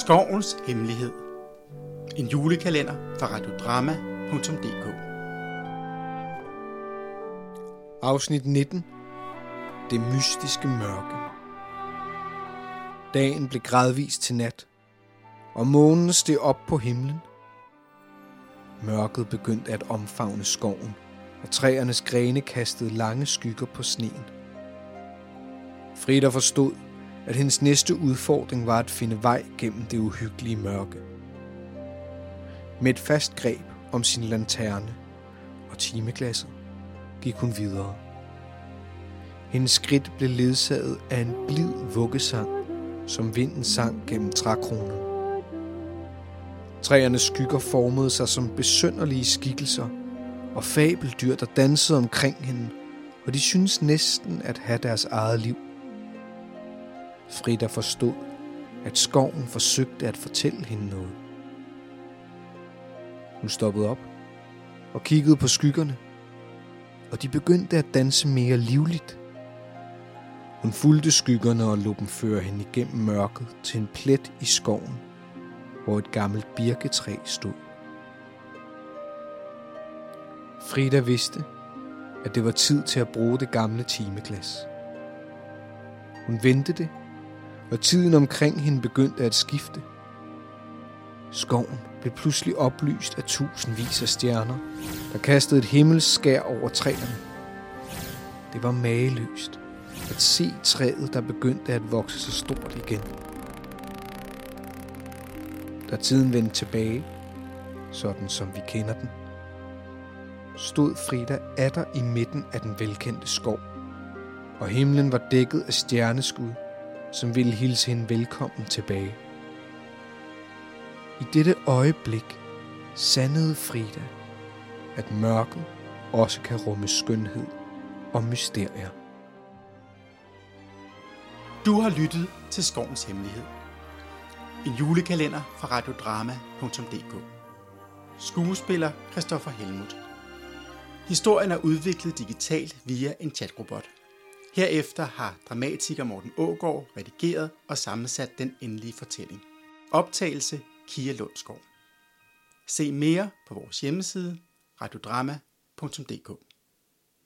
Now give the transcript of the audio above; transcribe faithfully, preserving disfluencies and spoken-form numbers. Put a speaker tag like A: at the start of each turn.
A: Skovens hemmelighed. En julekalender fra radiodrama punktum d k.
B: Afsnit nitten. Det mystiske mørke. Dagen blev gradvist til nat, og månen steg op på himlen. Mørket begyndte at omfavne skoven, og træernes grene kastede lange skygger på sneen. Frida forstod, at hendes næste udfordring var at finde vej gennem det uhyggelige mørke. Med et fast greb om sin lanterne og timeglasset gik hun videre. Hendes skridt blev ledsaget af en blid vuggesang, som vinden sang gennem trækronerne. Træernes skygger formede sig som besynderlige skikkelser og fabeldyr, der dansede omkring hende, og de syntes næsten at have deres eget liv. Frida forstod, at skoven forsøgte at fortælle hende noget. Hun stoppede op og kiggede på skyggerne, og de begyndte at danse mere livligt. Hun fulgte skyggerne og lod dem føre hende igennem mørket til en plet i skoven, hvor et gammelt birketræ stod. Frida vidste, at det var tid til at bruge det gamle timeglas. Hun vendte det, og tiden omkring hende begyndte at skifte. Skoven blev pludselig oplyst af tusindvis af stjerner, der kastede et himmelskær over træerne. Det var mageløst at se træet, der begyndte at vokse så stort igen. Da tiden vendte tilbage, sådan som vi kender den, stod Frida atter i midten af den velkendte skov, og himlen var dækket af stjerneskud, som ville hilse hende velkommen tilbage. I dette øjeblik sandede Frida, at mørket også kan rumme skønhed og mysterier.
A: Du har lyttet til Skovens hemmelighed. En julekalender fra radiodrama punktum d k. Skuespiller Christoffer Helmuth. Historien er udviklet digitalt via en chatrobot. Herefter har dramatiker Morten Aagaard redigeret og sammensat den endelige fortælling. Optagelse Kia Lundsgaard. Se mere på vores hjemmeside radiodrama punktum d k.